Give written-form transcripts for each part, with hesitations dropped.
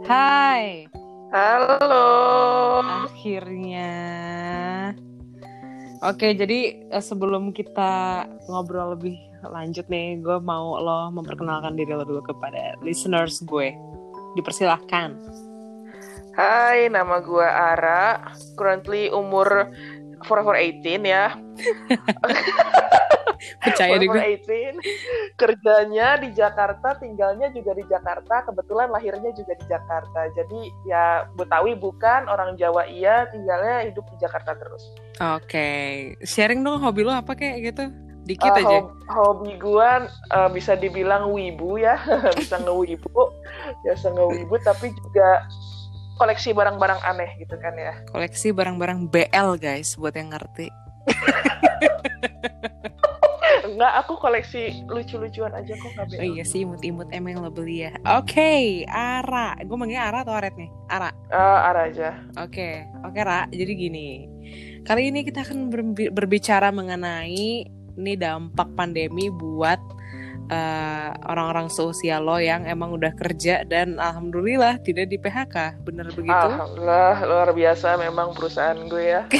Hai, Halo. akhirnya. Oke, jadi sebelum kita ngobrol lebih lanjut nih, gue mau lo memperkenalkan diri lo dulu kepada listeners gue. Dipersilahkan. Hai, nama gue Ara. Currently umur 18 ya. Percaya deh gue. 18. Kerjanya di Jakarta, tinggalnya juga di Jakarta. Kebetulan lahirnya juga di Jakarta. Jadi ya Betawi bukan, orang Jawa iya, tinggalnya hidup di Jakarta terus. Oke, sharing dong hobi lo apa kayak gitu? Dikit aja. Hobi gue bisa dibilang wibu ya. Bisa ngewibu, tapi juga koleksi barang-barang aneh gitu kan ya. Koleksi barang-barang BL guys, buat yang ngerti. Enggak, aku koleksi lucu-lucuan aja kok, gak BL. Oh iya sih, imut-imut emang lo beli ya. Oke, Ara. Gue manggilnya Ara atau Aret nih? Ara. Ara aja. Oke, Ra. Jadi gini, kali ini kita akan berbicara mengenai ini dampak pandemi buat orang-orang seusia lo yang emang udah kerja dan alhamdulillah tidak di PHK. Bener begitu? Alhamdulillah, luar biasa memang perusahaan gue ya.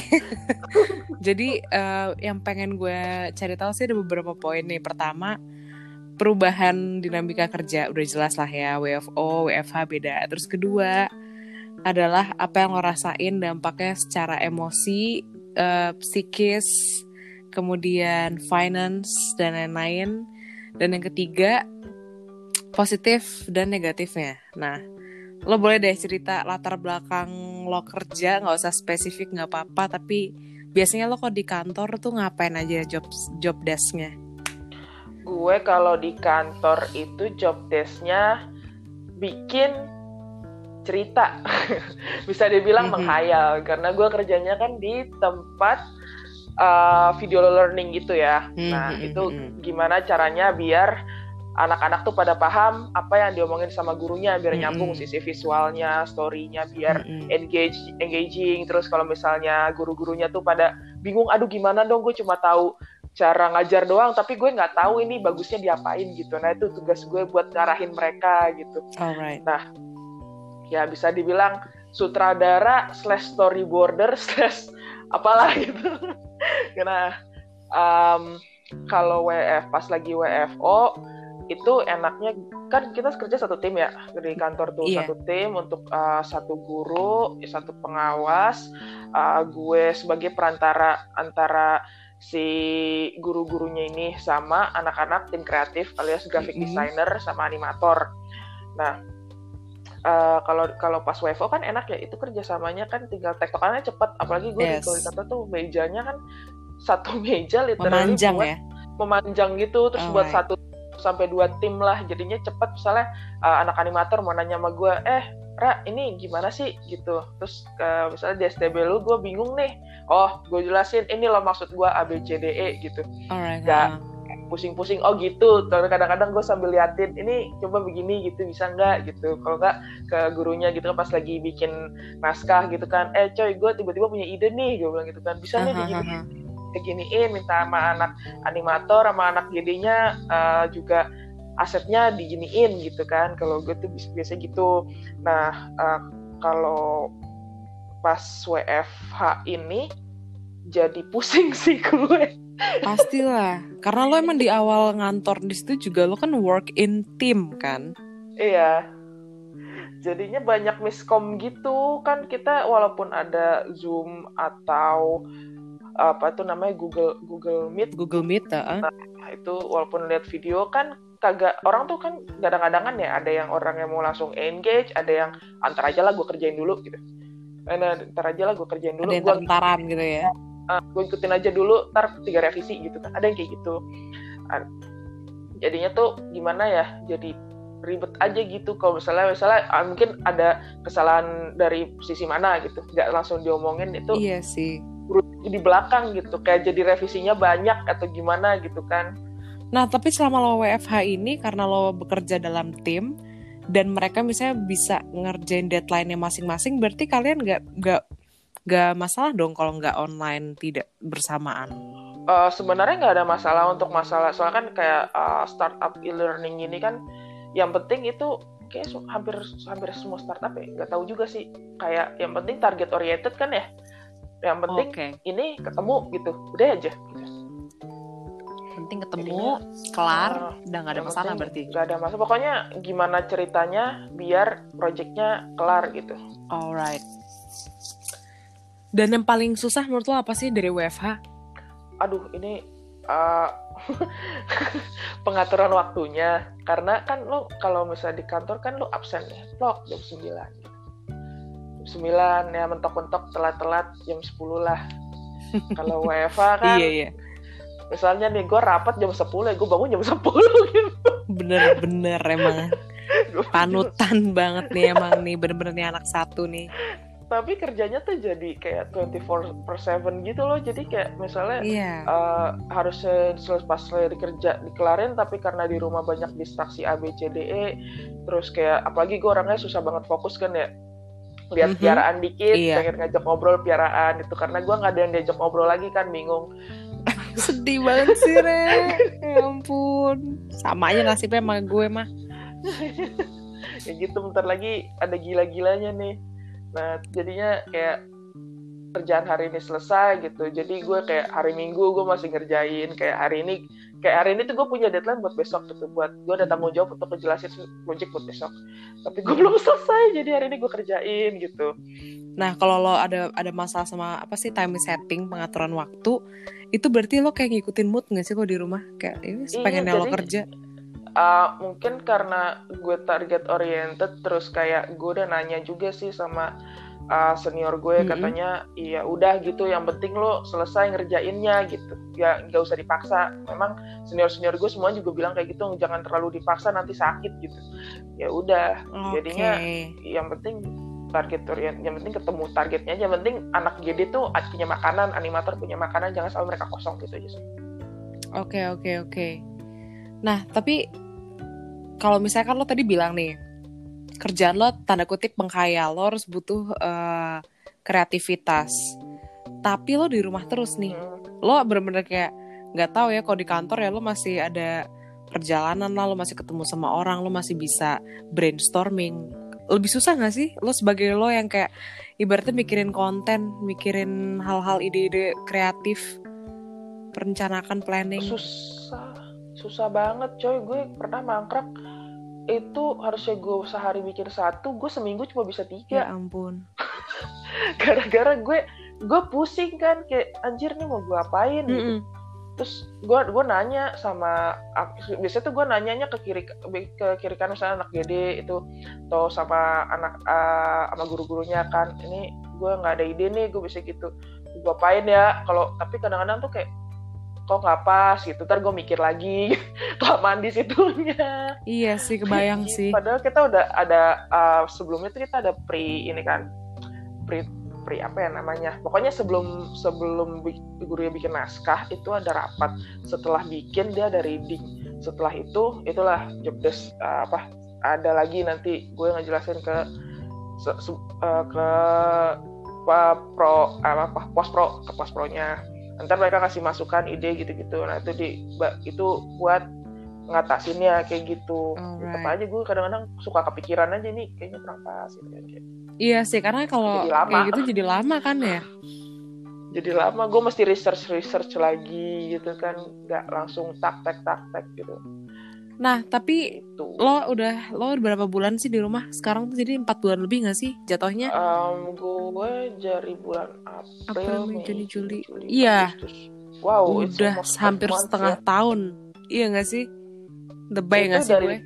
Jadi yang pengen gue cari tahu sih ada beberapa poin nih. Pertama, perubahan dinamika kerja udah jelas lah ya, WFO, WFH beda. Terus kedua adalah apa yang lo rasain dampaknya secara emosi, psikis, kemudian finance dan lain-lain. Dan yang ketiga, positif dan negatifnya. Nah, lo boleh deh cerita latar belakang lo kerja, gak usah spesifik gak apa-apa, tapi biasanya lo kok di kantor tuh ngapain aja job desk-nya? Gue kalau di kantor itu job desk-nya bikin cerita. Bisa dibilang menghayal, karena gue kerjanya kan di tempat video learning gitu ya. Nah, itu gimana caranya biar anak-anak tuh pada paham apa yang diomongin sama gurunya, biar nyambung sisi visualnya, story-nya, biar engaging. Terus kalau misalnya guru-gurunya tuh pada bingung, aduh gimana dong, gue cuma tahu cara ngajar doang, tapi gue nggak tahu ini bagusnya diapain gitu. Nah, itu tugas gue buat ngarahin mereka gitu. Alright. Nah, ya bisa dibilang sutradara / storyboarder / apalah gitu. Karena kalau pas lagi WFO itu enaknya kan kita kerja satu tim ya di kantor tuh. Satu tim untuk satu guru, satu pengawas. Gue sebagai perantara antara si guru-gurunya ini sama anak-anak tim kreatif alias graphic designer sama animator. Nah, kalau pas WFO kan enak ya, itu kerjasamanya kan tinggal tektokannya cepet, apalagi gue di kantor tuh mejanya kan satu meja literally memanjang gitu, terus buat 1 sampai 2 tim lah, jadinya cepet. Misalnya anak animator mau nanya sama gue, Ra ini gimana sih gitu, terus misalnya di STB lu gue bingung nih, gue jelasin ini loh maksud gue ABCDE gitu. Gak pusing-pusing, gitu. Kadang-kadang gue sambil liatin, ini coba begini gitu, bisa nggak gitu. Kalau nggak ke gurunya gitu kan pas lagi bikin naskah gitu kan, coy gue tiba-tiba punya ide nih, gue bilang gitu kan, bisa nih diginiin, minta sama anak animator sama anak GD-nya juga asetnya diginiin gitu kan. Kalau gue tuh biasa gitu. Nah, kalau pas WFH ini jadi pusing sih gue. Pastilah, karena lo emang di awal ngantor di situ juga lo kan work in team kan? Iya. Jadinya banyak miskom gitu kan, kita walaupun ada Zoom atau apa tuh namanya Google Meet. Nah, itu walaupun lihat video kan kagak, orang tuh kan kadang-kadang ya ada yang orang yang mau langsung engage, ada yang antar aja lah gue kerjain dulu gitu. Antar aja lah gue kerjain dulu. Ada yang tentaran gitu ya. Gue ikutin aja dulu, ntar 3 revisi gitu kan, ada yang kayak gitu. Jadinya tuh gimana ya, jadi ribet aja gitu. Kalau misalnya mungkin ada kesalahan dari sisi mana gitu, nggak langsung diomongin, itu iya sih di belakang gitu, kayak jadi revisinya banyak atau gimana gitu kan. Nah, tapi selama lo WFH ini, karena lo bekerja dalam tim dan mereka misalnya bisa ngerjain deadline-nya masing-masing, berarti kalian nggak masalah dong kalau nggak online, tidak bersamaan? Sebenarnya nggak ada masalah untuk masalah, soalnya kan kayak startup e-learning ini kan yang penting itu kayak hampir semua startup ya, nggak tahu juga sih. Kayak yang penting target oriented kan ya, yang penting ini ketemu gitu, udah aja gitu. Penting ketemu, kelar, udah nggak ada masalah berarti. Nggak ada masalah, pokoknya gimana ceritanya biar projectnya kelar gitu. Alright. Dan yang paling susah menurut lo apa sih dari WFH? Aduh, ini pengaturan waktunya. Karena kan lo kalau misalnya di kantor kan lo absen ya, vlog jam 9 gitu. Jam 9 ya, mentok-mentok telat-telat jam 10 lah. Kalau WFH kan iya. Misalnya nih gue rapat jam 10 ya, gue bangun jam 10 gitu. Bener emang panutan banget nih emang nih, bener-bener nih anak satu nih. Tapi kerjanya tuh jadi kayak 24/7 gitu loh. Jadi kayak misalnya harus pas kerja dikelarin, tapi karena di rumah banyak distraksi A, B, C, D, E. Terus kayak apalagi gue orangnya susah banget fokus kan ya. Lihat piaraan dikit, pengen ngajak ngobrol piaraan itu. Karena gue gak ada yang diajak ngobrol lagi kan, bingung. Sedih banget sih, Re. Ya ampun. Sama aja nasibnya sama gue mah. Ya gitu, bentar lagi ada gila-gilanya nih. Nah, jadinya kayak kerjaan hari ini selesai gitu. Jadi gue kayak hari Minggu gue masih ngerjain. Kayak hari ini tuh gue punya deadline buat besok gitu. Buat gue ada tanggung jawab untuk ngejelasin project buat besok. Tapi gue belum selesai, jadi hari ini gue kerjain gitu. Nah, kalau lo ada masalah sama apa sih time setting, pengaturan waktu, itu berarti lo kayak ngikutin mood nggak sih kok di rumah? Kayak pengennya lo kerja. Mungkin karena gue target oriented, terus kayak gue udah nanya juga sih sama senior gue, katanya iya udah gitu, yang penting lo selesai ngerjainnya gitu, ya nggak usah dipaksa. Memang senior gue semua juga bilang kayak gitu, jangan terlalu dipaksa nanti sakit gitu. Ya udah, jadinya yang penting target orient, yang penting ketemu targetnya aja. Yang penting anak GD tuh punya makanan, animator punya makanan, jangan sampai mereka kosong gitu aja sih. Oke. Nah, tapi kalau misalkan lo tadi bilang nih, kerjaan lo tanda kutip menghayal, lo harus butuh kreativitas. Tapi lo di rumah terus nih, lo bener-bener kayak nggak tahu ya, kalau di kantor ya lo masih ada perjalanan lah, lo masih ketemu sama orang, lo masih bisa brainstorming. Lebih susah nggak sih lo sebagai lo yang kayak ibaratnya mikirin konten, mikirin hal-hal ide-ide kreatif, perencanaan, planning? Susah banget coy. Gue pernah mangkrak itu, harusnya gue sehari bikin 1, gue seminggu cuma bisa 3. Ya ampun. Gara-gara gue pusing kan, kayak anjir nih mau gue apain gitu. Terus gue nanya sama, biasanya tuh gue nanyanya ke kiri kanan, misalnya anak GD itu, atau sama anak sama guru-gurunya kan, ini gue nggak ada ide nih, gue bisa gitu, gue apain ya. Tapi kadang-kadang tuh kayak kok nggak pas gitu, ntar gue mikir lagi kelamaan di situnya. Iya sih, kebayang sih. Padahal kita udah ada sebelumnya tuh kita ada pre apa ya namanya, pokoknya sebelum gurunya bikin naskah itu ada rapat, setelah bikin dia ada reading, setelah itulah job desk ada lagi, nanti gue ngejelasin ke pos pronya, ntar mereka kasih masukan ide gitu-gitu. Nah itu buat ngatasinnya kayak gitu. Tetap aja gue kadang-kadang suka kepikiran aja nih, kayaknya kurang pas gitu kayak. Iya sih, karena kalau kayak gitu jadi lama kan ya. Jadi lama, gue mesti research lagi gitu kan, nggak langsung tak gitu. Nah, tapi gitu. Lo berapa bulan sih di rumah sekarang tuh? Jadi 4 bulan lebih nggak sih jatuhnya? Gue dari bulan April, Mei, Juni. Iya. Wow, udah hampir setengah tahun. Iya nggak sih? Lebay nggak sih gue?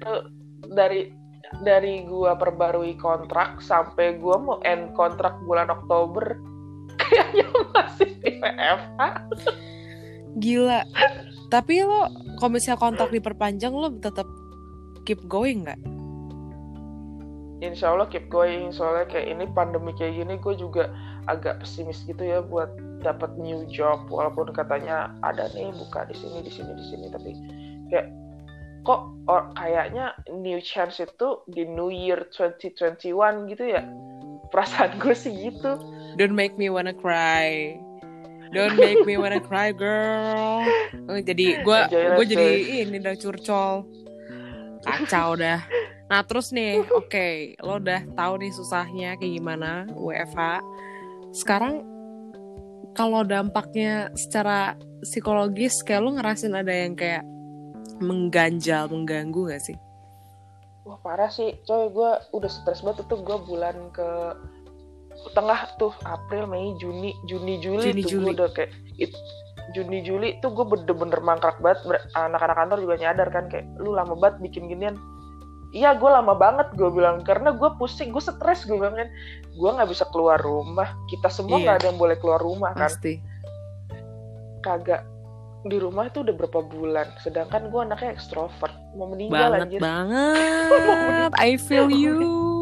Dari gue perbarui kontrak sampai gue mau end kontrak bulan Oktober, kayaknya masih di WFH. Gila. Tapi lo kalau misalnya kontrak diperpanjang, lo tetap keep going nggak? Insya Allah keep going. Soalnya kayak ini pandemi kayak gini, gue juga agak pesimis gitu ya buat dapat new job. Walaupun katanya ada nih buka di sini, tapi kayak kok kayaknya new chance itu di New Year 2021 gitu ya. Perasaan gue sih gitu. Don't make me wanna cry. Don't make me wanna cry, girl. Jadi gue jadi ini udah curcol. Kacau dah. Nah terus nih, oke, lo udah tahu nih susahnya kayak gimana WFH. Sekarang kalau dampaknya secara psikologis, kayak lo ngerasin ada yang kayak mengganjal, mengganggu gak sih? Wah parah sih, coy. Gue udah stres banget tuh. Gue bulan ke tengah tuh, April, Mei, Juni, Juli tuh gue udah kayak Juni Juli tuh gue bener-bener mangkrak banget. Anak-anak kantor juga nyadar kan, kayak lu lama banget bikin ginian. Iya gue lama banget, gue bilang, karena gue pusing, gue stres. Gue bilang kan, gue nggak bisa keluar rumah, kita semua nggak ada yang boleh keluar rumah kan. Pasti. Kagak, di rumah itu udah berapa bulan, sedangkan gue anaknya ekstrovert, mau meninggal anjir. Banget I feel you.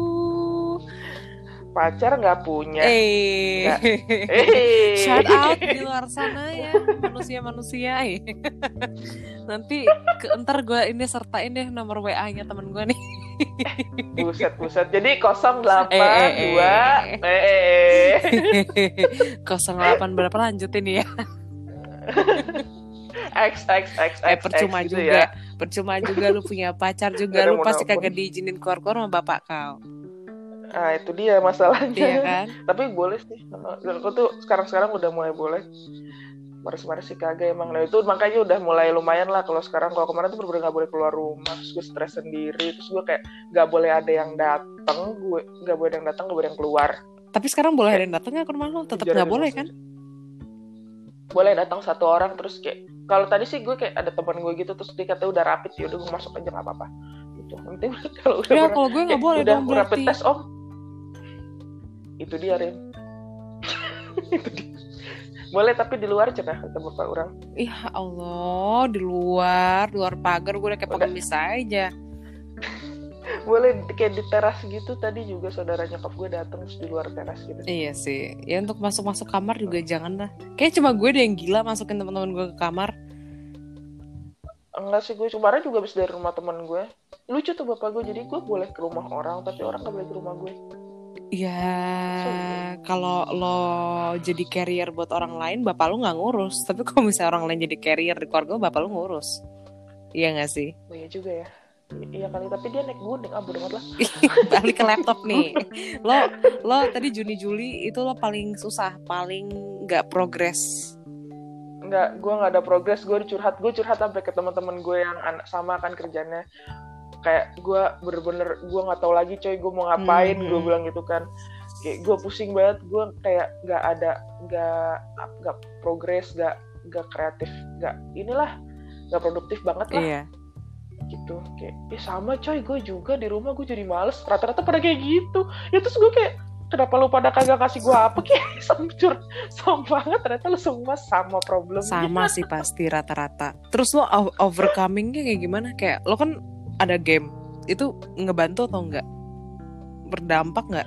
Pacar nggak punya. Shout out di luar sana ya, manusia-manusia. Nanti ntar gue ini sertain deh nomor WA-nya temen gue nih. Buset. Jadi 082 08 berapa, lanjutin ya. X percuma gitu juga ya. Percuma juga lu punya pacar juga, lu pasti kagak diizinin keluar sama bapak kau. Nah itu dia masalahnya. Iya kan? Tapi boleh sih, aku tuh sekarang udah mulai boleh. Kemarin sih kagak emang. Nah itu makanya udah mulai lumayan lah. Kalau sekarang, kalau kemarin tuh bener-bener gak boleh keluar rumah, terus gue stres sendiri, terus gue kayak gak boleh ada yang datang, gak boleh yang keluar. Tapi sekarang boleh ada yang datang gak ke rumah lo? Tetap gak boleh kan? Boleh datang 1 orang, terus kayak kalau tadi sih gue kayak ada teman gue gitu, terus dia katanya udah rapid, ya udah gue masuk aja nggak apa-apa gitu. Nanti kalau udah ya, kalau gue nggak boleh udah dong rapid berarti. tes om, itu dia Rin. Itu dia. Boleh tapi di luar aja kata bapak orang. Ya Allah, di luar pagar gue udah kayak pengemis aja. Boleh kayak di teras gitu, tadi juga saudara nyokap gue datang terus di luar teras gitu. Iya sih, ya untuk masuk kamar juga jangan lah. Kayak cuma gue deh yang gila masukin teman-teman gue ke kamar. Enggak sih, gue kemarin juga habis dari rumah teman gue. Lucu tuh bapak gue, jadi gue boleh ke rumah orang tapi orang nggak boleh ke rumah gue. Ya kalau lo jadi carrier buat orang lain, bapak lo nggak ngurus. Tapi kalau misalnya orang lain jadi carrier di keluarga, bapak lo ngurus. Iya nggak sih? Oh iya juga ya. Iya kali, tapi dia naik gunung, bodo amat lah. Balik ke laptop nih. Lo tadi Juni-Juli itu lo paling susah, paling nggak progres. Nggak, gue nggak ada progres. Gue curhat sampai ke teman-teman gue yang sama kan kerjanya. Kayak gue bener-bener gue nggak tahu lagi coy, gue mau ngapain. Gue bilang gitu kan. Kayak gue pusing banget. Gue kayak nggak progres, nggak kreatif, nggak produktif banget lah. Iya. Gitu kayak sama coy, gue juga di rumah gue jadi males, rata-rata pada kayak gitu ya. Terus gue kayak kenapa lu pada kagak kasih gue apa, kayak sama banget. Ternyata lu semua sama problem sama sih pasti rata-rata. Terus lo overcomingnya kayak gimana? Kayak lo kan ada game itu ngebantu atau enggak, berdampak nggak?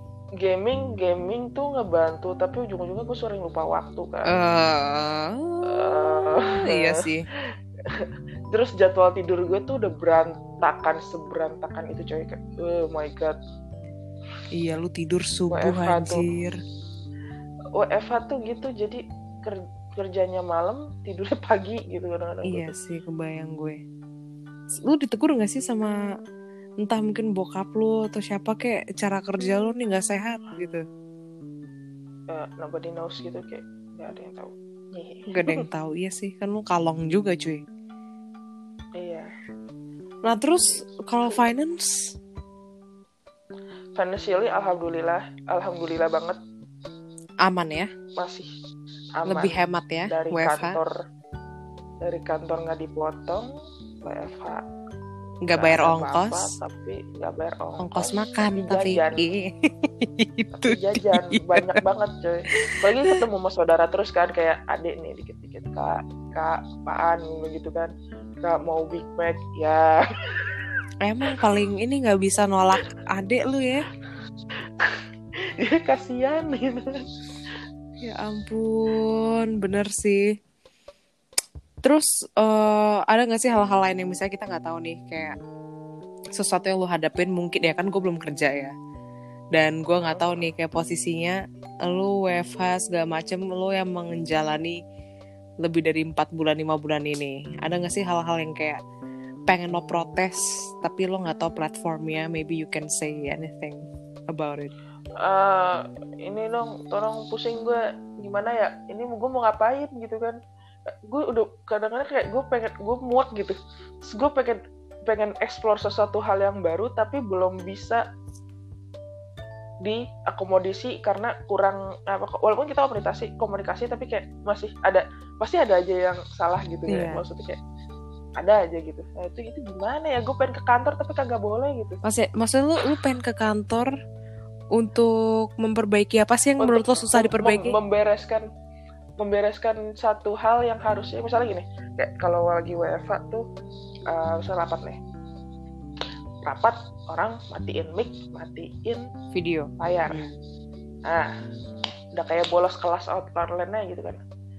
Gaming tuh ngebantu, tapi ujung-ujungnya gue sering lupa waktu kan. Iya sih. Terus jadwal tidur gue tuh udah seberantakan itu coy, kayak oh my god. Iya, lu tidur subuh anjir. WFH tuh gitu, jadi kerjanya malam, tidurnya pagi gitu kadang-kadang. Iya sih, kebayang gue. Lu ditegur gak sih sama entah mungkin bokap lu atau siapa, kayak cara kerja lu nih gak sehat gitu? Nobody knows gitu, kayak gak ada yang tahu. Gak ada yang tahu, iya sih, kan lu kalong juga cuy. Iya. Nah terus kalau financially alhamdulillah banget. Aman ya? Masih aman. Lebih hemat ya dari WFH? Dari kantor nggak dipotong, WFH nggak bayar ongkos, tapi nggak bayar ongkos makan, tapi itu jajan banyak banget coy. Apalagi ketemu sama saudara terus kan, kayak adik nih dikit-dikit kak apaan gitu kan, kak mau Big Mac ya. Emang paling ini nggak bisa nolak adik lu ya. Ya kasihan gitu. Ya ampun, bener sih. Terus ada nggak sih hal-hal lain yang misalnya kita nggak tahu nih, kayak sesuatu yang lu hadapin mungkin ya kan, gue belum kerja ya, dan gue nggak tahu nih kayak posisinya lu WFH segala macem, lu yang menjalani lebih dari 4 bulan 5 bulan ini, ada nggak sih hal-hal yang kayak pengen lo protes tapi lo nggak tahu platformnya, maybe you can say anything about it. Ini dong, tolong pusing gue gimana ya, ini gue mau ngapain gitu kan. Gue udah kadang-kadang kayak gue muak gitu. Terus gue pengen explore sesuatu hal yang baru tapi belum bisa diakomodasi karena kurang walaupun kita komunikasi tapi kayak pasti ada aja yang salah gitu ya. Maksudnya kayak ada aja gitu. Nah itu gimana ya, gue pengen ke kantor tapi kagak boleh gitu. Maksudnya lu pengen ke kantor untuk memperbaiki apa sih yang menurut lo susah diperbaiki? Membereskan satu hal yang harusnya, misalnya gini, kayak kalau lagi WFH tuh, misalnya rapat orang matiin mic, matiin video, layar. Nah, udah kayak bolos kelas online-nya gitu kan.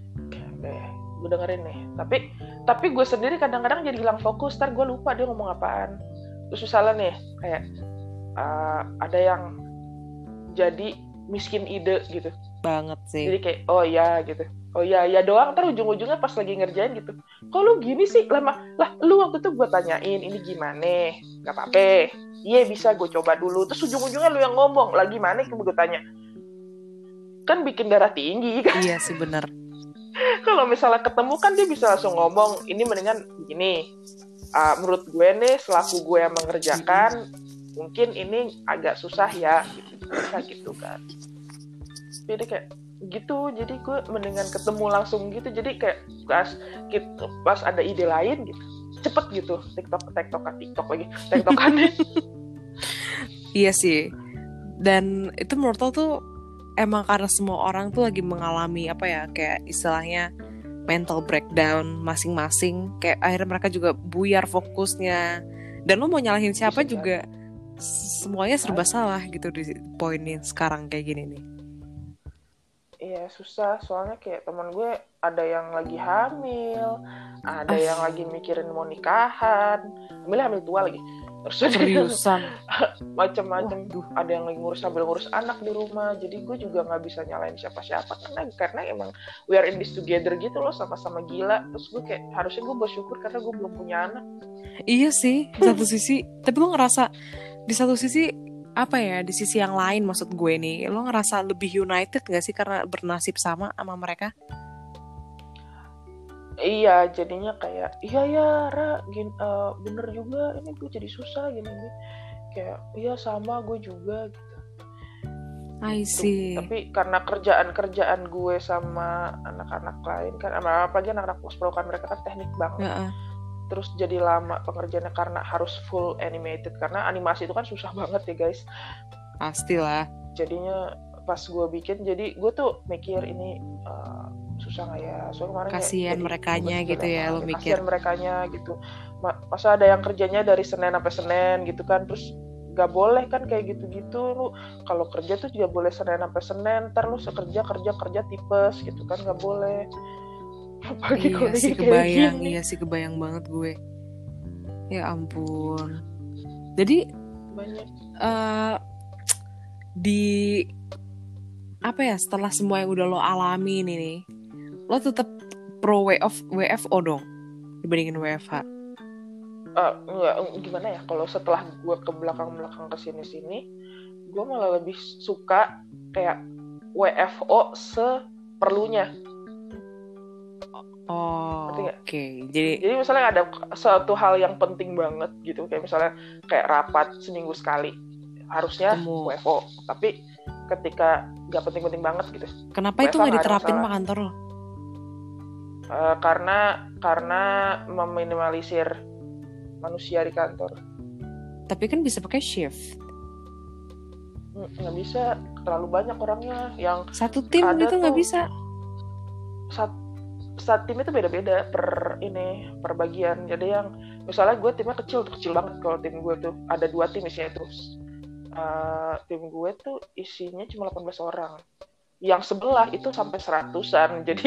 Gue dengerin nih, tapi gue sendiri kadang-kadang jadi hilang fokus, ntar gue lupa dia ngomong apaan. Terus misalnya nih, kayak ada yang jadi miskin ide gitu banget sih. Jadi kayak oh ya doang, ntar ujung-ujungnya pas lagi ngerjain gitu, kok lu gini sih, lah lu waktu itu gue tanyain ini gimana, nggak apa-apa, iya bisa gue coba dulu, terus ujung-ujungnya lu yang ngomong lagi mana gue tanya, kan bikin darah tinggi kan. Iya sih benar. Kalau misalnya ketemu kan dia bisa langsung ngomong, ini mendingan begini, menurut gue nih selaku gue yang mengerjakan mungkin ini agak susah ya gitu kan. Jadi kayak gitu, jadi gue mendingan ketemu langsung gitu, jadi kayak pas ada ide lain gitu cepet gitu tiktokannya. Iya sih, dan itu menurut lo tuh emang karena semua orang tuh lagi mengalami apa ya, kayak istilahnya mental breakdown masing-masing, kayak akhirnya mereka juga buyar fokusnya, dan lo mau nyalahin siapa juga semuanya serba salah gitu di poinnya sekarang kayak gini nih. Iya susah, soalnya kayak teman gue ada yang lagi hamil, ada yang lagi mikirin mau nikahan, hamil tua lagi, terus seriusan macam-macam. Ada yang lagi sambil ngurus anak di rumah, jadi gue juga nggak bisa nyalain siapa-siapa karena emang we are in this together gitu loh, sama-sama gila. Terus gue kayak harusnya gue bersyukur karena gue belum punya anak. Iya sih di satu sisi, tapi gue ngerasa di satu sisi apa ya, di sisi yang lain maksud gue nih, lo ngerasa lebih united gak sih karena bernasib sama mereka? Iya, jadinya kayak iya Ra, bener juga, ini gue jadi susah gini kayak iya sama gue juga gitu. I see. Tapi karena kerjaan gue sama anak-anak lain kan, apalagi anak-anak pos-pro kan, mereka kan teknik banget. Terus jadi lama pengerjaannya karena harus full animated, karena animasi itu kan susah banget ya guys. Pastilah. Jadinya pas gue bikin, jadi gue tuh mikir ini susah nggak ya, soalnya kemarin kasihan merekanya gitu ya, lo mikir kasihan merekanya gitu. Masa ada yang kerjanya dari Senin sampai Senin gitu kan, terus nggak boleh kan kayak gitu-gitu. Lu kalau kerja tuh juga boleh Senin sampai Senin, ntar lu kerja tipes gitu kan, nggak boleh. Iya sih kebayang banget gue. Ya ampun. Jadi banyak di apa ya, setelah semua yang udah lo alami ini nih, lo tetap pro WFO dong dibandingin WFH? Enggak, gimana ya, kalau setelah gue ke belakang ke sini gue malah lebih suka kayak WFO seperlunya. Oke. Jadi misalnya ada suatu hal yang penting banget gitu, kayak misalnya kayak rapat seminggu sekali, harusnya WFO. Tapi ketika nggak penting-penting banget gitu, kenapa itu nggak diterapin Pak kantor lo? Karena meminimalisir manusia di kantor. Tapi kan bisa pakai shift. Nggak bisa, terlalu banyak orangnya. Yang satu tim gitu nggak bisa. Satu tim itu beda-beda per bagian. Jadi yang misalnya gue timnya kecil banget. Kalau tim gue tuh ada 2 tim isinya terus. Tim gue tuh isinya cuma 18 orang. Yang sebelah itu sampai 100-an. Jadi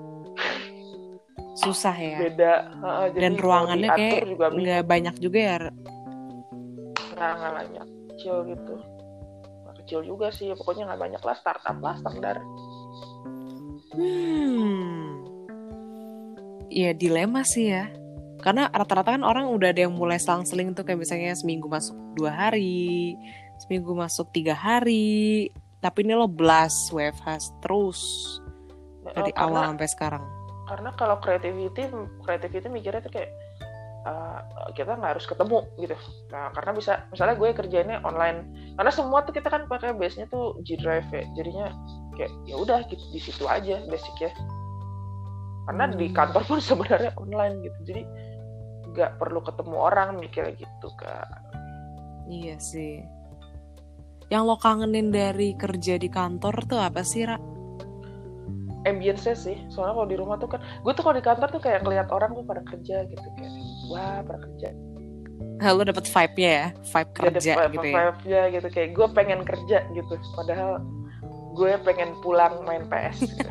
susah ya. Beda. Dan ruangannya kayak nggak banyak juga ya. Nggak banyak, kecil gitu. Nggak kecil juga sih. Pokoknya nggak banyak lah, startup lah standar. Ya dilema sih ya. Karena rata-rata kan orang udah ada yang mulai selang-seling tuh, kayak misalnya seminggu masuk 2 hari, seminggu masuk 3 hari. Tapi ini lo blast WFH terus dari awal sampai sekarang. Karena kalau creativity mikirnya tuh kayak kita nggak harus ketemu gitu. Nah, karena bisa misalnya gue kerjainnya online. Karena semua tuh kita kan pakai base-nya tuh G Drive ya. Jadinya kayak ya udah gitu, di situ aja basicnya. Karena di kantor pun sebenarnya online gitu. Jadi nggak perlu ketemu orang, mikirnya gitu Kak. Iya sih. Yang lo kangenin dari kerja di kantor tuh apa sih, Ra? Ambience sih. Soalnya kalau di rumah tuh kan, gue tuh kalau di kantor tuh kayak ngeliat orang tuh pada kerja gitu, kayak wah pada kerja. Lo dapet vibe-nya ya, vibe kerja gitu ya. Vibe-nya gitu, kayak gue pengen kerja gitu. Padahal gue pengen pulang main PS. Gitu.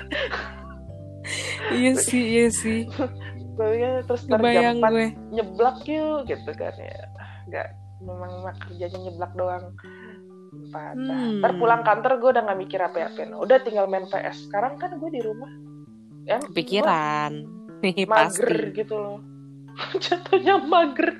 Iya sih. Terus jam 4 nyeblak yuk gitu kan ya. Nggak, memang kerjanya nyeblak doang. Ntar pulang kantor gue udah gak mikir apa-apa. Udah tinggal main PS. Sekarang kan gue di rumah kepikiran mager gitu loh. Jatuhnya mager.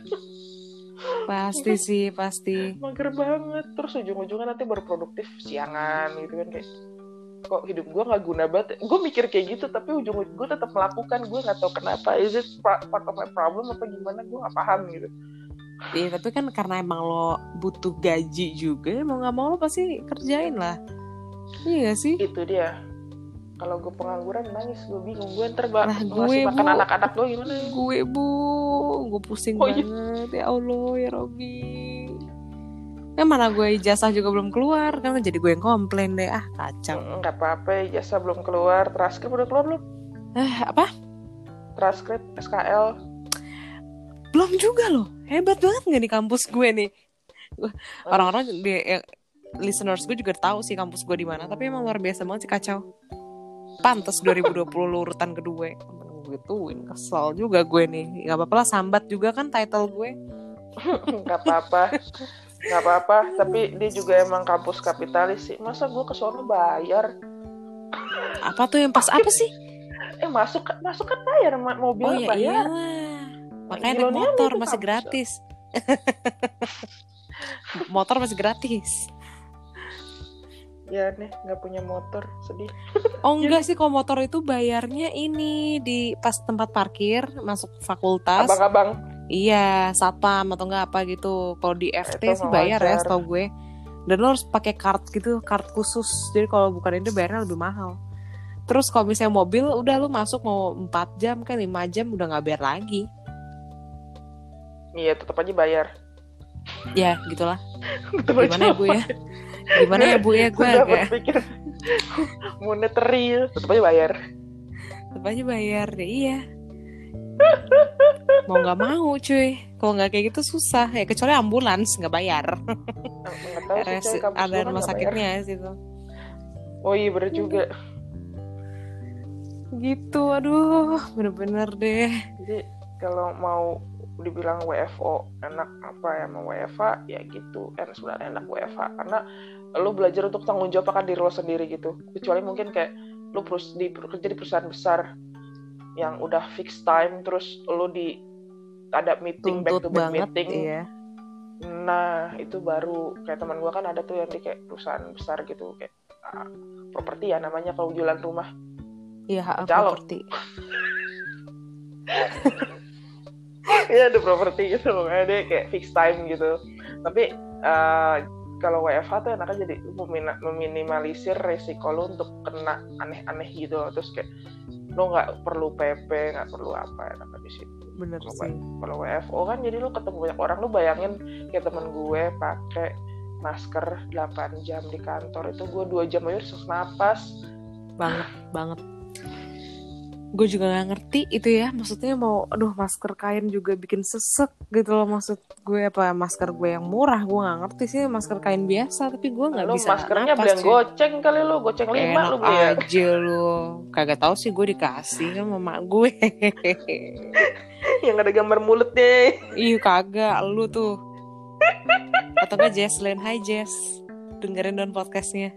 Pasti mager banget. Terus ujung-ujungnya nanti baru produktif siangan gitu kan, kayak kok hidup gue gak guna banget. Gue mikir kayak gitu, tapi ujung-ujung gue tetap melakukan. Gue gak tahu kenapa. Is it part of my problem apa gimana, gue gak paham gitu. Iya, tapi kan karena emang lo butuh gaji juga, mau gak mau lo pasti kerjain lah. Iya gak sih? Itu dia. Kalau gue pengangguran nangis, gue bingung. Gue ntar ngasih makan anak-anak gue gimana? Gue pusing banget. Ya Allah, ya Robby. Mana gue ijazah juga belum keluar, kan jadi gue yang komplain deh. Kacau. Gak apa-apa, ijazah belum keluar. Transkrip udah keluar belum? Apa? Transkrip SKL belum juga loh. Hebat banget gak di kampus gue nih. Orang-orang listeners gue juga tahu sih kampus gue di mana, tapi emang luar biasa banget sih, kacau. Pantes 2020 urutan kedua. Gituin, kesel juga gue nih. Gak apa-apa lah, sambat juga kan title gue. Gak apa-apa, tapi dia juga emang kampus kapitalis sih. Masa gue ke sono bayar? Apa tuh yang pas apa sih? Masuk kan bayar, mobil bayar. Iyalah. Makanya naik motor masih gratis. Motor masih gratis. Ya nih, nggak punya motor, sedih. Enggak sih, kalau motor itu bayarnya ini di pas tempat parkir masuk fakultas. Abang-abang. Iya, satpam atau enggak apa gitu. Kalau di FT sih bayar ya, setahu gue. Dan lo harus pakai card gitu, card khusus. Jadi kalau bukan itu bayarnya lebih mahal. Terus kalau misalnya mobil, udah lo masuk mau 4 jam kan 5 jam udah nggak bayar lagi. Iya, tetap aja bayar. Ya, gitulah. Gimana ya Bu ya? Gimana ya Bu ya? Gue agak berpikir monetary, tetap aja bayar. Tetap aja bayar deh, iya. Mau nggak mau cuy. Kalau nggak kayak gitu susah ya, kecuali ambulans nggak bayar. Ada rumah sakitnya situ. Oh iya bener juga. Gitu, aduh, bener-bener deh. Jadi kalau mau dibilang WFO enak apa ya, mau WFH ya gitu, sebenarnya enak WFH karena lu belajar untuk tanggung jawab akan diri lo sendiri gitu. Kecuali mungkin kayak lu kerja di perusahaan besar yang udah fixed time, terus lu ada meeting back to back meeting. Iya. Nah itu baru kayak teman gue kan ada tuh yang di kayak perusahaan besar gitu, kayak properti ya namanya, kalau jualan rumah. Iya, properti. Iya ada properti gitu, makanya dia kayak fixed time gitu. Tapi kalau WFH tuh enaknya jadi meminimalisir resiko lo untuk kena aneh-aneh gitu loh. Terus kayak lo nggak perlu PP, nggak perlu apa, enak di situ. Bener sih. Kalau WFO kan jadi lo ketemu banyak orang. Lo bayangin kayak temen gue pakai masker 8 jam di kantor, itu gue 2 jam aja sesak napas. Banget. Gue juga gak ngerti itu ya, maksudnya masker kain juga bikin sesek gitu loh. Maksud gue apa, masker gue yang murah, gue gak ngerti sih masker kain biasa, tapi gue gak bisa napas. Maskernya beli yang goceng kali lo, goceng 5 lo beli ya. Aja lo, kagak tahu sih, gue dikasih sama mak gue. Yang ada gambar mulut deh. Iya kagak, lu tuh. Atau gak Jesslyn, hai Jess, dengerin dong podcastnya.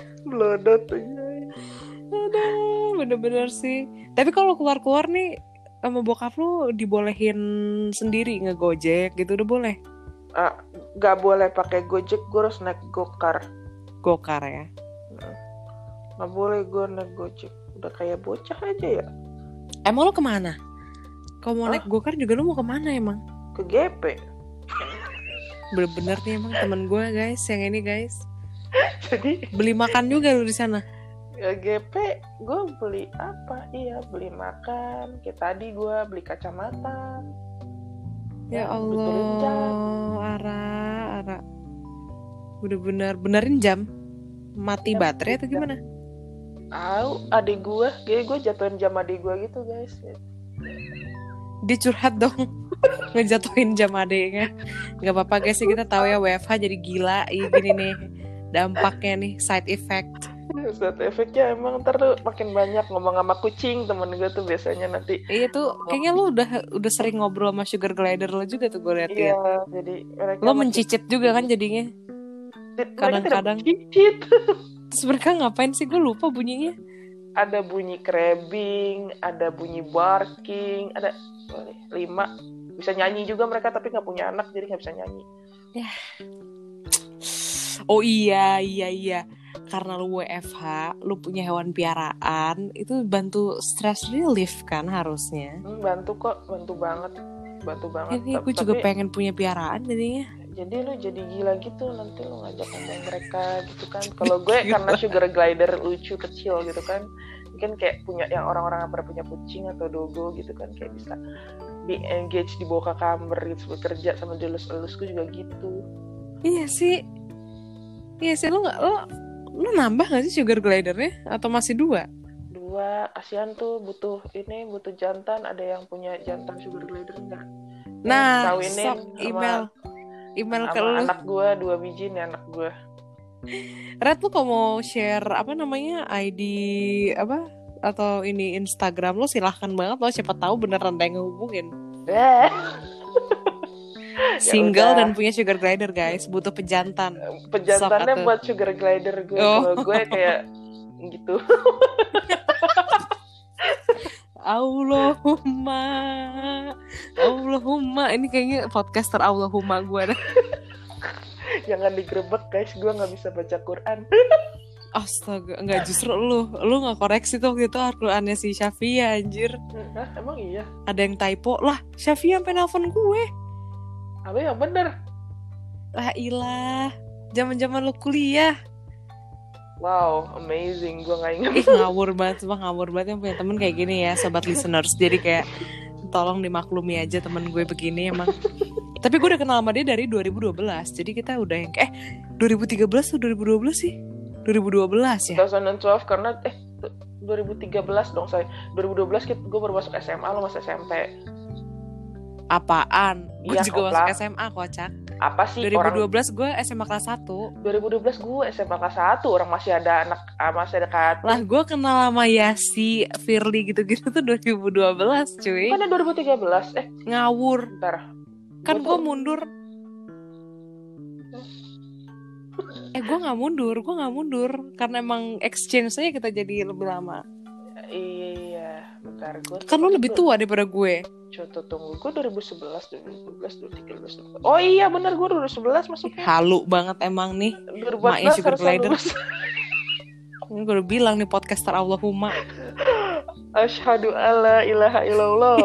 Blodot aja. Aduh, bener-bener sih. Tapi kalau keluar-keluar nih, sama bokap lu dibolehin sendiri ngegojek gitu, udah boleh? Gak boleh pakai Gojek, gue harus naik Gokar. Gokar ya? Gak boleh gue naik Gojek, udah kayak bocah aja ya. Emang lu kemana? Kalau mau naik Gokar juga lu mau kemana emang? Ke GP. Bener-bener nih emang temen gue guys, yang ini guys. Jadi beli makan juga lu di sana? Ya GP gue beli apa? Iya beli makan. Kayak tadi gue beli kacamata. Ya Allah, Ara. Bener-bener benerin jam. Mati ya, baterai atau gimana? Adik gue, gue jatuhin jam adik gue gitu guys. Dia curhat dong. Ngejatuhin jam adiknya. Gak apa-apa guys, kita tahu ya WFH jadi gila. Gini nih dampaknya nih, side effect. Side effectnya emang ntar lu makin banyak ngomong sama kucing. Temen gue tuh biasanya nanti. Iya tuh kayaknya lu udah sering ngobrol sama sugar glider lo juga tuh gue liat. Iya jadi lo mencicit juga kan jadinya. Kadang-kadang terus mereka ngapain sih, gue lupa bunyinya. Ada bunyi crabbing, ada bunyi barking, ada 5. Bisa nyanyi juga mereka, tapi gak punya anak jadi gak bisa nyanyi ya. Oh iya karena lu WFH, lu punya hewan piaraan, itu bantu stress relief kan harusnya. Bantu banget. Ini gue juga pengen punya piaraan jadinya. Jadi lu jadi gila gitu, nanti lu ngajak ngomong mereka gitu kan. Kalau gue karena sugar glider lucu kecil gitu kan, mungkin kayak punya yang orang-orang yang pernah punya kucing atau dogo gitu kan, kayak bisa di engage dibawa ke kamar gitu, bekerja sama dilus-elus. Gue juga gitu. Iya sih lu nambah gak sih sugar glidernya atau masih 2? Kasihan tuh, butuh jantan. Ada yang punya jantan sugar glider enggak? Nah, sok email ke lu. Anak gue 2 biji nih anak gue. Red, lu kalau mau share apa namanya ID apa atau ini Instagram lo, silahkan banget lo, siapa tahu beneran ada yang ngehubungin. Single dan punya sugar glider guys, butuh pejantan. Pejantannya buat sugar glider gue. Kalau gue kayak gitu. Allahumma ini kayaknya podcaster Allahumma gue dah. Jangan digerebek guys, gue nggak bisa baca Quran. Astaga, enggak, justru lu nggak koreksi tuh gitu Al-Qurannya si Syafia anjir. Hah, emang iya? Ada yang typo lah, Syafia sampai nelfon gue. Apa yang bener? Lah ilah, zaman lu kuliah. Wow, amazing, gue nggak ingat. Ngawur banget yang punya temen kayak gini ya, sobat listeners. Jadi kayak tolong dimaklumi aja temen gue begini emang. Tapi gue udah kenal sama dia dari 2012. Jadi kita udah yang 2013 atau 2012 sih? 2012 ya? 2012 karena 2013 dong saya. 2012 gue baru masuk SMA, lo masuk SMP. Apaan? Gue juga masuk SMA kocak. Apa sih 2012 gue SMA kelas 1. 2012 gue SMA kelas 1. Orang masih ada kartu. Lah gue kenal sama Yasi, Firly gitu-gitu tuh 2012 cuy. Bukannya 2013? Ngawur. Bentar. Kan gue mundur. Gue gak mundur karena emang exchange-nya kita jadi lebih lama. Iya, bentar gue. Kan lu lebih tua daripada gue. Coba tunggu, gue 2011, 2012, 2013. Oh iya benar, gue 2011 masuknya. Halu banget emang nih maknya sugar glider. Ini gue udah bilang nih podcaster Allahumma. Asyhadu alla ilaha illallah.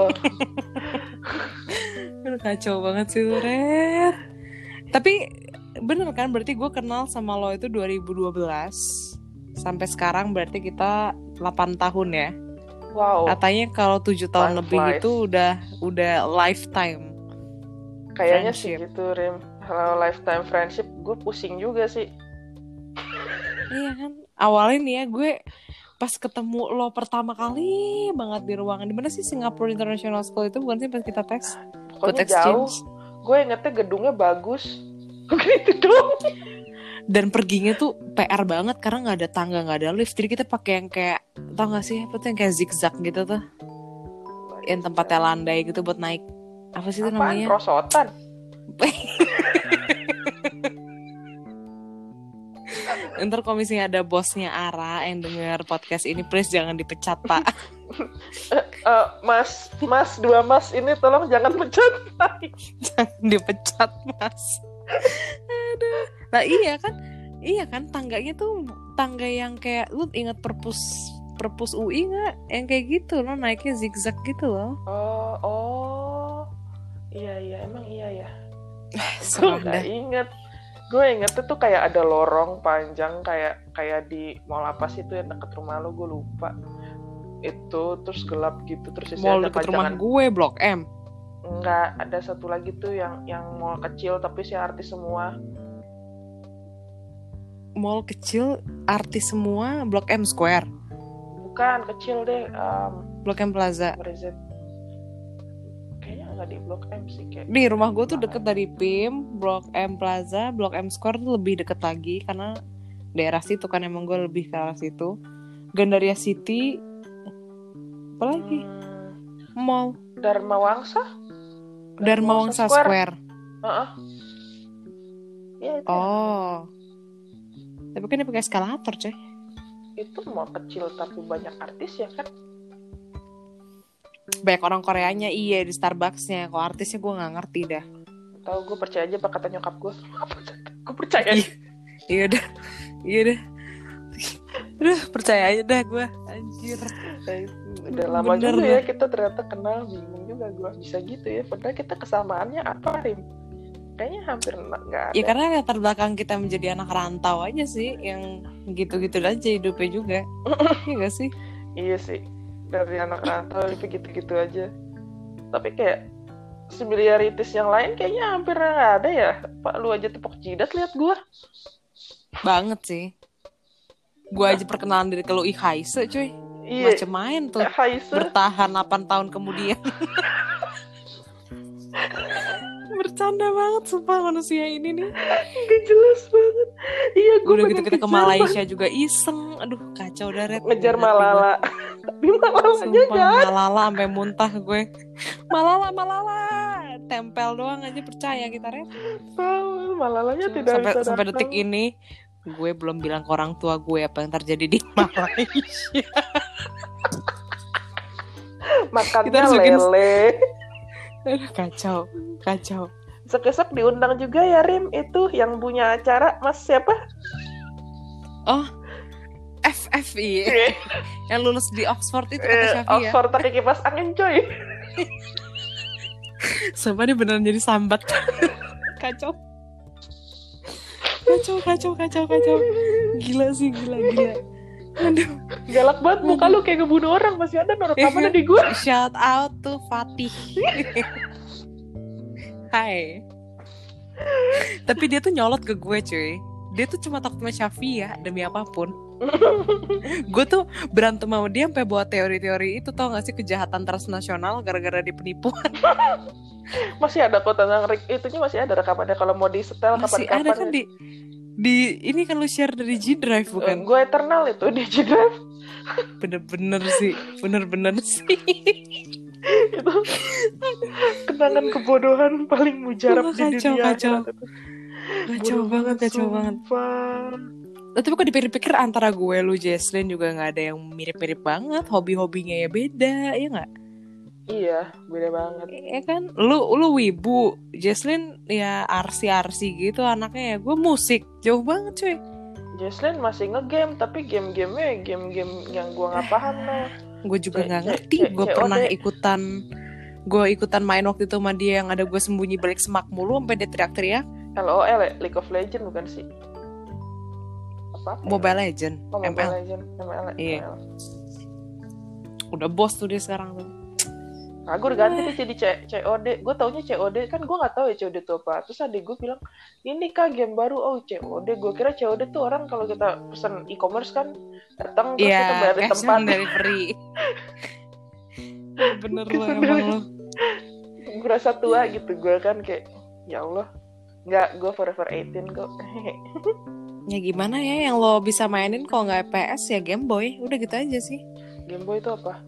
Kacau banget sih Red. Tapi bener kan, berarti gue kenal sama lo itu 2012 sampai sekarang, berarti kita 8 tahun ya. Wow. Katanya kalau 7 tahun lebih itu udah lifetime. Kayaknya sih gitu, Rim. Kalau lifetime friendship gue pusing juga sih. Iya kan. Awalnya nih ya, gue pas ketemu lo pertama kali banget di ruangan di mana sih, Singapore International School itu bukan sih pas kita tes? Pokoknya jauh. Gue ingetnya gedungnya bagus. Gitu dong. Dan perginya tuh PR banget karena nggak ada tangga, nggak ada lift, jadi kita pakai yang kayak, tau nggak sih apa tuh yang kayak zigzag gitu tuh, yang tempatnya landai gitu buat naik, apa sih itu namanya? Prosotan. Ntar kalau misalnya ada bosnya Ara yang denger podcast ini, please jangan dipecat, Pak. Mas, 2 mas ini tolong jangan pecat. Jangan dipecat, Mas. Aduh. Nah iya kan tangganya tuh tangga yang kayak, lu ingat perpus UI nggak? Yang kayak gitu loh, naiknya zigzag gitu loh. Oh, iya emang iya ya. Serah Gue dah. inget. Gue inget tuh kayak ada lorong panjang kayak di mall apa sih itu yang deket rumah lo, gue lupa. Itu terus gelap gitu, terus Mall ada deket rumah pajangan. gue, Blok M. Enggak, ada satu lagi tuh yang mall kecil tapi si artis semua. Mall kecil artis semua, Blok M Square. Bukan, kecil deh. Blok M Plaza. Kayaknya nggak di Blok M sih kayak. Di rumah gue tuh deket dari PIM, Blok M Plaza, Blok M Square tuh lebih deket lagi karena daerah situ kan, emang gue lebih ke arah situ. Gandaria City, apa lagi? Mall Dharma Wangsa Square. Ya, itu Oh. Tapi kan dia pakai eskalator, coy. itu mall kecil tapi banyak artis ya kan? Banyak orang Koreanya, iya, di Starbucksnya. Kalau artisnya gue nggak ngerti dah. Tahu, gue percaya aja apa kata nyokap gue. Gue percaya. Iya dah. Udah percaya aja dah gue. Anjir. Udah lama juga ya kita ternyata kenal, bingung juga gue bisa gitu ya. Padahal kita kesamaannya apa, Rim? Kayaknya hampir nggak ada. Ya karena latar belakang kita menjadi anak rantau aja sih, yang gitu-gitu aja hidupnya juga. Iya gak sih? Iya sih, dari anak rantau gitu-gitu aja. Tapi kayak similarities yang lain kayaknya hampir nggak ada ya. Pak, lu aja tepuk jidat lihat gue. Banget sih. Gue aja perkenalan diri ke lu Haise, cuy. Iya. Macem main tuh. Haise. Bertahan 8 tahun kemudian. Bercanda banget sumpah manusia ini nih. Gak jelas banget. Iya, gue udah gitu kita ke Malaysia juga iseng. Aduh kacau dah, Red. Ngejar Malala. Tapi Malalanya gak. Malala sampai muntah gue. Malala tempel doang aja percaya kita, Red. Tahu, Malalanya tidak bisa sampai detik ini gue belum bilang ke orang tua gue apa yang terjadi di Malaysia. Makannya lele. Kacau. Besok diundang juga ya, Rim, itu yang punya acara Mas siapa? Oh, FFI. Yang lulus di Oxford itu kata Syafi ya. Oxford pakai kipas angin, coy. Sumpah dia beneran jadi sambat. Kacau. Gila sih, gila. Aduh, galak banget muka lu kayak ngebunuh orang. Masih ada rekamannya di gue. Shout out to Fatih. Hai. Tapi dia tuh nyolot ke gue, cuy. Dia tuh cuma takut sama Syafi ya, demi apapun. Gue tuh berantem sama dia sampai buat teori-teori itu, tau gak sih, kejahatan transnasional gara-gara dia penipuan. Masih ada kok tentang itunya, masih ada rekamannya kalau mau di-setel kapan-kapan. Masih ada kan di ini kan lu share dari G-Drive bukan? Gue eternal itu di G-Drive. Bener-bener sih. Itu kenangan kebodohan paling mujarab di dunia. Kacau banget. Tapi kok dipikir-pikir antara gue, lu, Jesslyn juga nggak ada yang mirip-mirip banget. Hobi-hobinya ya beda, ya nggak? Iya, beda banget. Iya kan, lu wibu, Jesslyn ya arsi gitu anaknya ya. Gue musik, jauh banget cuy. Jesslyn masih nge-game, tapi game-gamenya game yang gue nggak paham lah. Gue juga nggak ngerti. Gue pernah ikutan main waktu itu sama dia, yang ada gue sembunyi balik semak mulu sampai dia teriak-teriak. LOL, League of Legends bukan sih? Apa? Mobile Legend. Mobile Legend. ML. Iya. Udah bos tuh dia sekarang tuh. Gue udah ganti nih jadi COD. Gue taunya COD, kan gue nggak tahu ya COD itu apa. Terus adik gue bilang, ini kah game baru? Oh, COD. Gue kira COD tuh orang kalau kita pesan e-commerce kan datang terus kita bayar di tempat. Delivery. Bener lo emang lo. Gue rasa tua gitu gue kan, kayak ya Allah. Nggak, gue forever 18 kok. Ya gimana ya, yang lo bisa mainin kalau nggak PS ya Game Boy. Udah gitu aja sih. Game Boy itu apa?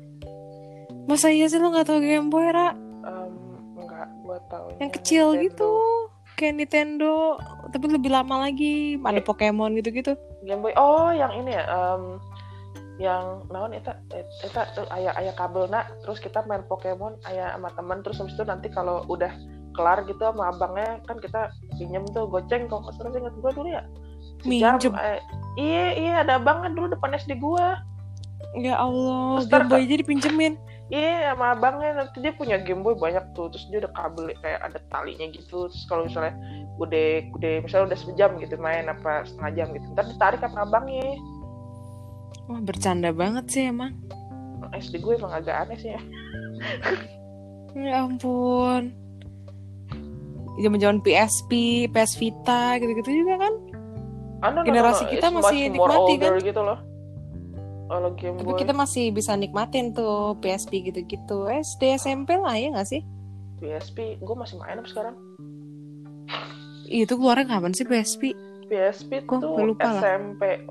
Masa iya sih lo nggak tahu Game Boy, Ra? Enggak, gue tahu. Yang kecil Nintendo. Gitu. kayak Nintendo tapi lebih lama lagi, ada Pokemon gitu-gitu. Game Boy. Oh, yang ini ya, yang naon eta aya kabelna, terus kita main Pokemon aya sama teman, terus habis itu nanti kalau udah kelar gitu sama abangnya kan kita pinjem tuh goceng, kok nggak salah ingat gue dulu ya sejam. Iya ada abangnya dulu depan SD gue. Ya Allah, Game Boy aja dipinjemin. Iya sama abangnya, nanti dia punya Game Boy banyak tuh, terus dia udah kabel kayak ada talinya gitu, terus kalau misalnya udah misalnya udah sejam gitu main apa setengah jam gitu, ntar ditarik sama abangnya. Wah, bercanda banget sih emang. SD gue emang agak aneh sih ya. Ya ampun. Zaman-zaman PSP, PS Vita gitu-gitu juga kan. Generasi kita masih nikmati kan gitu loh. Kalau Game Tapi Boy. kita masih bisa nikmatin tuh PSP gitu-gitu. SD, SMP lah ya gak sih? PSP, gue masih main apa sekarang? Itu keluarnya kapan sih PSP? PSP tuh SMP.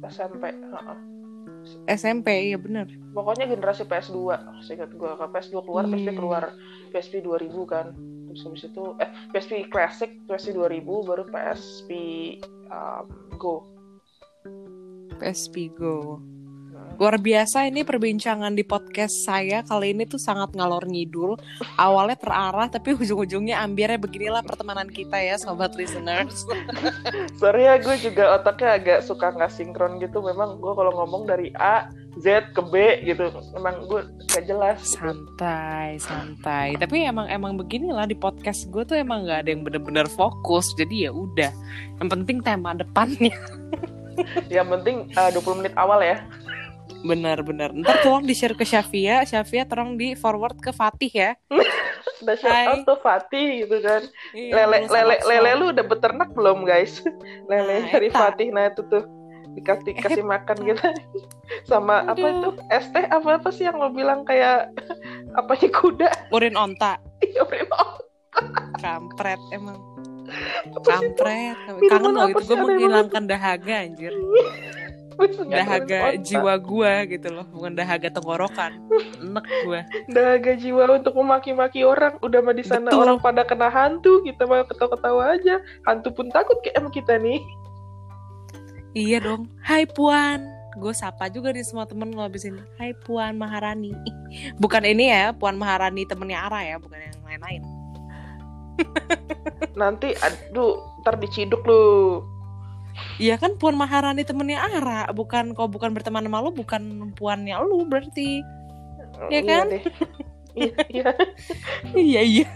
SMP, iya bener. Pokoknya generasi PS2, seingat gue. Kalau PS2 keluar, PSP keluar. PSP 2000 kan. Terus habis itu, PSP Classic, PSP 2000, baru PSP Go. PSP Go. Luar biasa, ini perbincangan di podcast saya kali ini tuh sangat ngalor ngidul. Awalnya terarah tapi ujung-ujungnya ambiarnya beginilah pertemanan kita ya sobat listeners. Sorry ya, gue juga otaknya agak suka nggak sinkron gitu. Memang gue kalau ngomong dari A, Z ke B gitu, memang gue gak jelas gitu. Santai. Tapi emang beginilah di podcast gue tuh emang nggak ada yang benar-benar fokus. Jadi ya udah, yang penting tema depannya. Yang penting 20 menit awal ya. Benar. Ntar tolong di-share ke Syafia tolong di-forward ke Fatih ya. Udah shout out tuh Fatih gitu kan. Iya, lele lu udah beternak belum guys? Lele dari Fatih, nah itu tuh dikasih makan gitu. Sama apa itu? ST apa sih yang lo bilang kayak apanya kuda? Urin onta. Iya, urin onta. Kampret emang. Kampret. Kangen loh itu, gue menghilangkan dahaga anjir. Dahaga jiwa gue gitu loh, bukan dahaga tenggorokan. Enek gue. Dahaga jiwa untuk memaki-maki orang. Udah mah di sana orang pada kena hantu, kita mah ketawa-ketawa aja. Hantu pun takut kayak sama kita nih. Iya dong. Hai Puan. Gue sapa juga di semua temen lo abis ini. Hai Puan Maharani. Bukan ini ya, Puan Maharani temennya Ara ya, bukan yang lain-lain. Nanti ntar diciduk lu. Iya kan, Puan Maharani temennya Ara, bukan berteman sama lo, bukan puannya lu berarti. Ya kan? Iya. Iya.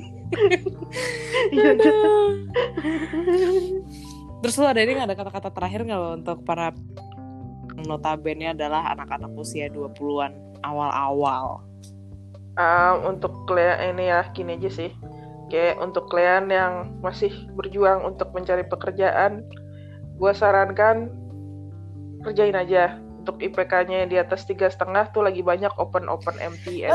Terus lo ada kata-kata terakhir nggak lo untuk para notabene adalah anak-anak usia 20-an awal-awal? Untuk kalian ini ya gini aja sih. Kayak untuk kalian yang masih berjuang untuk mencari pekerjaan, gue sarankan kerjain aja. Untuk IPK-nya di atas 3,5 tuh lagi banyak open MT.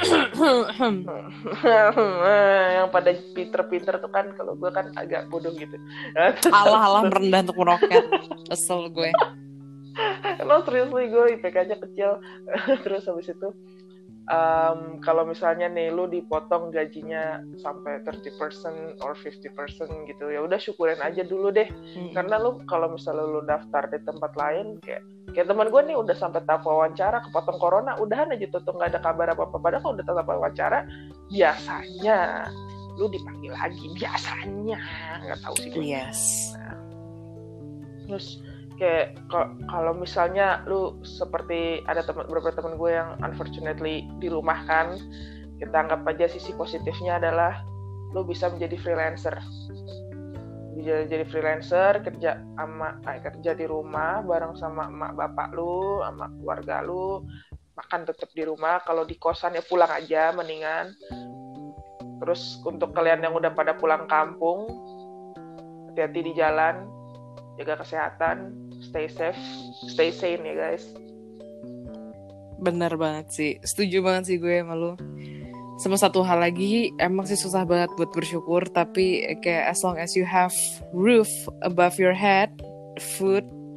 Yang pada pinter-pinter tuh kan, kalau gue kan agak bodoh gitu. Alah merendah untuk meroket. Kesel gue. No, seriously gue IPK-nya kecil. Terus habis itu kalau misalnya nih lu dipotong gajinya sampai 30% or 50% gitu, ya udah syukurin aja dulu deh. Karena lu kalau misalnya lu daftar di tempat lain kayak teman gue nih udah sampai tahap wawancara, kepotong corona, udahan aja tuh nggak ada kabar apa-apa. Padahal kalau udah tahap wawancara biasanya lu dipanggil lagi, biasanya nggak tahu sih gue. Yes. Nah, terus kayak kalau misalnya lu seperti ada beberapa teman gue yang unfortunately dirumahkan, kita anggap aja sisi positifnya adalah lu bisa menjadi freelancer. Jadi freelancer, kerja di rumah bareng sama emak bapak lu, sama keluarga lu, makan tetap di rumah. Kalau di kosan ya pulang aja mendingan. Terus untuk kalian yang udah pada pulang kampung, hati-hati di jalan, jaga kesehatan, stay safe, stay sane ya guys. Bener banget sih, setuju banget sih gue sama lu. Sama satu hal lagi, emang sih susah banget buat bersyukur, tapi kayak as long as you have roof above your head, food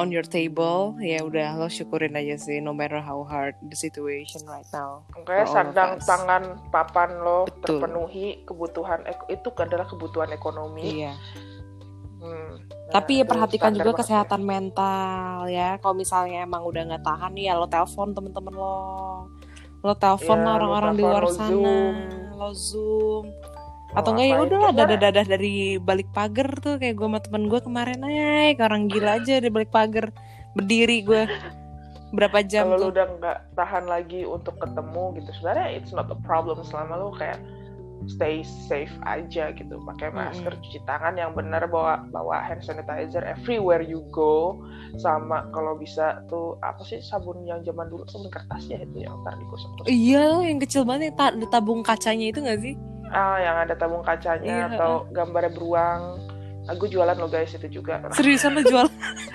on your table, ya udah lo syukurin aja sih, no matter how hard the situation right now. Oke, sandang pangan papan lo Betul. terpenuhi, kebutuhan itu adalah kebutuhan ekonomi. Iya. Tapi ya perhatikan juga kesehatan mental ya. Kalau misalnya emang udah nggak tahan nih, ya lo telepon temen-temen lo telepon lah orang-orang di luar sana, lo zoom. Atau enggak ya udahlah dadah-dadah dari balik pagar tuh, kayak gue sama temen gue kemarin kayak orang gila aja di balik pagar berdiri gue berapa jam. Kalau lu udah nggak tahan lagi untuk ketemu gitu, sebenarnya it's not a problem selama lu kayak stay safe aja gitu, pakai masker, cuci tangan yang benar, bawa hand sanitizer everywhere you go, sama kalau bisa tuh apa sih sabun yang zaman dulu, sabun kertas ya itu yang ntar digosok. Iya, yang kecil banget, ada tabung kacanya itu nggak sih? Yang ada tabung kacanya atau gambarnya beruang. Aku jualan lo guys itu juga. Seriusan lo jual?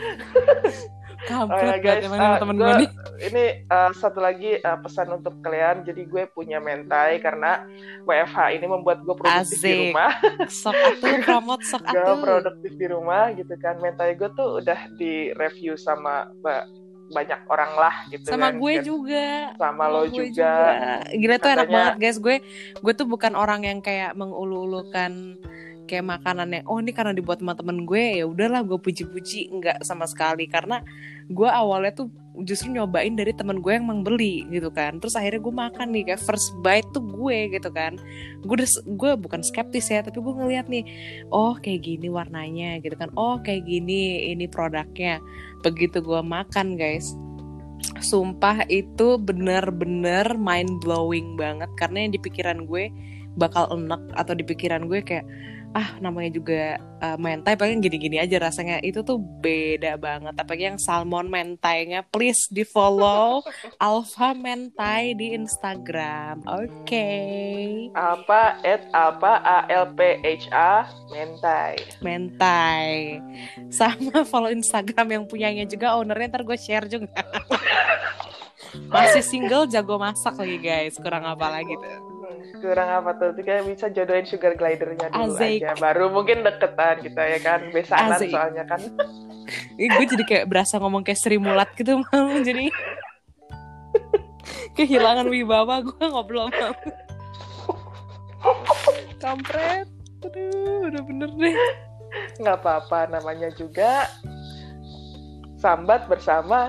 Kampret guys, teman-teman gue nih. Ini satu lagi pesan untuk kalian. Jadi gue punya mentai karena WFH ini membuat gue produktif di rumah. Sok atuh promote, sok atuh. Gue produktif di rumah gitu kan. Mentai gue tuh udah di review sama banyak orang lah gitu sama kan. Gue juga sama lo juga. Gila tuh enak banget guys. Gue tuh bukan orang yang kayak mengulu-ulukan kayak makanan yang ini karena dibuat sama temen gue ya udahlah gue puji-puji, enggak sama sekali, karena gue awalnya tuh justru nyobain dari temen gue yang beli gitu kan, terus akhirnya gue makan nih, kayak first bite tuh gue gitu kan, gue bukan skeptis ya, tapi gue ngeliat nih, kayak gini warnanya gitu kan, kayak gini ini produknya. Begitu gue makan guys, sumpah itu bener-bener mind blowing banget, karena yang di pikiran gue bakal enak, atau di pikiran gue kayak namanya juga mentai paling gini-gini aja rasanya, itu tuh beda banget. Apalagi yang salmon mentainya, please di follow Alpha Mentai di Instagram. Oke. Alpha ALPHA mentai. Sama follow Instagram yang punyanya juga, ownernya ntar gue share juga. Masih single, jago masak lagi guys, kurang apa lagi tuh? Kurang apa tuh? Kayak bisa jodohin sugar glidernya dulu Azik. aja, baru mungkin deketan kita ya kan, besanan Azik. Soalnya kan. Gue jadi kayak berasa ngomong kayak Sri Mulat gitu malu, jadi kehilangan wibawa gue ngobrol sama kampret. Aduh, udah bener deh. Nggak apa-apa, namanya juga Sambat bersama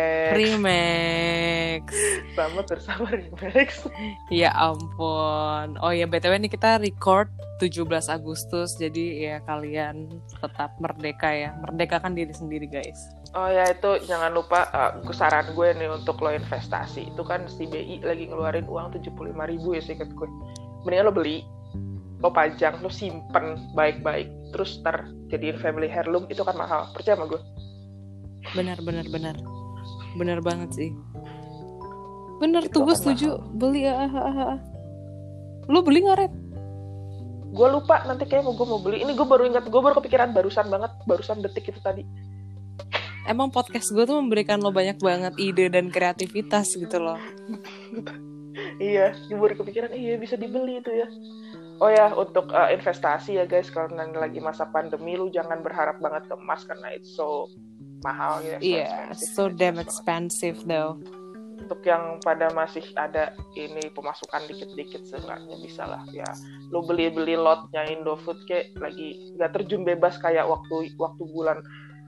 Remix. Sambat bersama Remix. Ya ampun. Oh ya, BTW nih kita record 17 Agustus. Jadi ya kalian tetap merdeka ya. Merdekakan diri sendiri guys. Oh ya, itu jangan lupa saran gue nih untuk lo investasi. Itu kan si BI lagi ngeluarin uang 75.000 ya seinget gue. Mendingan lo beli, lo pajang, lo simpen baik-baik, terus ntar jadiin family heirloom, itu kan mahal. Percaya sama gue. Benar banget sih. Bener itu tuh, gue setuju mahal. Beli Lu beli nggak, Red? Gue lupa, nanti kayak gue mau beli. Ini gue baru ingat, gue baru kepikiran barusan detik itu tadi. Emang podcast gue tuh memberikan lo banyak banget ide dan kreativitas gitu loh. Iya, gue baru kepikiran, bisa dibeli itu ya. Oh ya, untuk investasi ya guys, kalau nanti lagi masa pandemi, lu jangan berharap banget ke emas karena it's so mahal ya. Iya, so damn expensive though. Untuk yang pada masih ada ini pemasukan dikit-dikit, seenggaknya bisa lah ya. Lu beli lotnya Indofood kayak lagi nggak terjun bebas kayak waktu bulan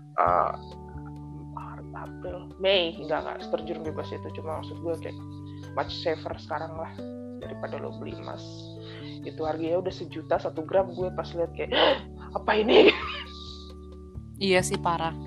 April, Mei, nggak terjun bebas itu. Cuma maksud gue kayak much safer sekarang lah daripada lo beli emas. Itu harganya udah 1 juta 1 gram. Gue pas lihat kayak apa ini? Iya sih, parah.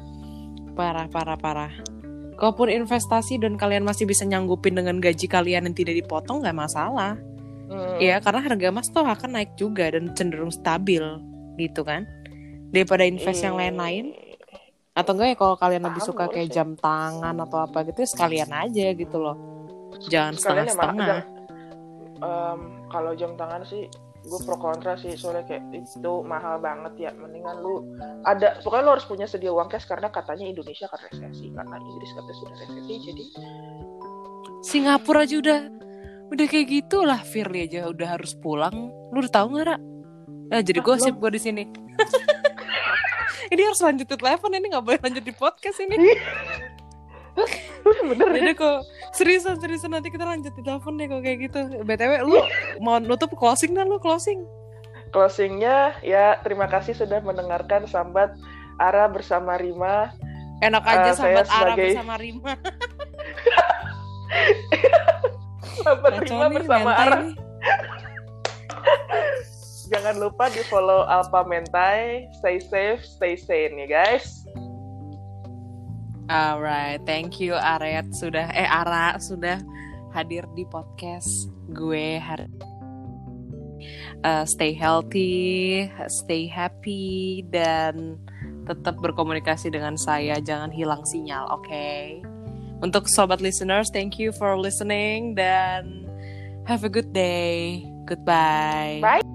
Kalaupun investasi dan kalian masih bisa nyanggupin dengan gaji kalian yang tidak dipotong, nggak masalah. Ya, karena harga emas tuh akan naik juga dan cenderung stabil gitu kan, daripada invest yang lain-lain. Atau enggak ya, kalau kalian lebih suka kayak jam tangan atau apa gitu, sekalian aja gitu loh, jangan setengah-setengah. Kalau jam tangan sih gue pro kontra sih, soalnya kayak itu mahal banget ya. Mendingan pokoknya lu harus punya sedia uang cash, karena katanya Indonesia akan resesi, karena Inggris katanya sudah resesi. Jadi Singapura aja udah kayak gitulah. Firly aja udah harus pulang. Lu udah tahu nggak, Ra? Jadi gosip gue di sini. Ini harus lanjut di telepon, ini nggak boleh lanjut di podcast ini. Bener ya? Kok seriusan nanti kita lanjut di telepon deh kok kayak gitu. BTW lu mau nutup closing dan lu closing. Closingnya ya terima kasih sudah mendengarkan Sambat Ara bersama Rima. Enak aja Sambat Ara bersama Rima. Sambat Rima bersama Ara. Jangan lupa di follow Alpha Mentai. Stay safe, stay sane ya guys. Alright, thank you Ara sudah hadir di podcast gue hari. Stay healthy, stay happy, dan tetap berkomunikasi dengan saya. Jangan hilang sinyal, okay? Untuk sobat listeners, thank you for listening dan have a good day. Goodbye. Bye.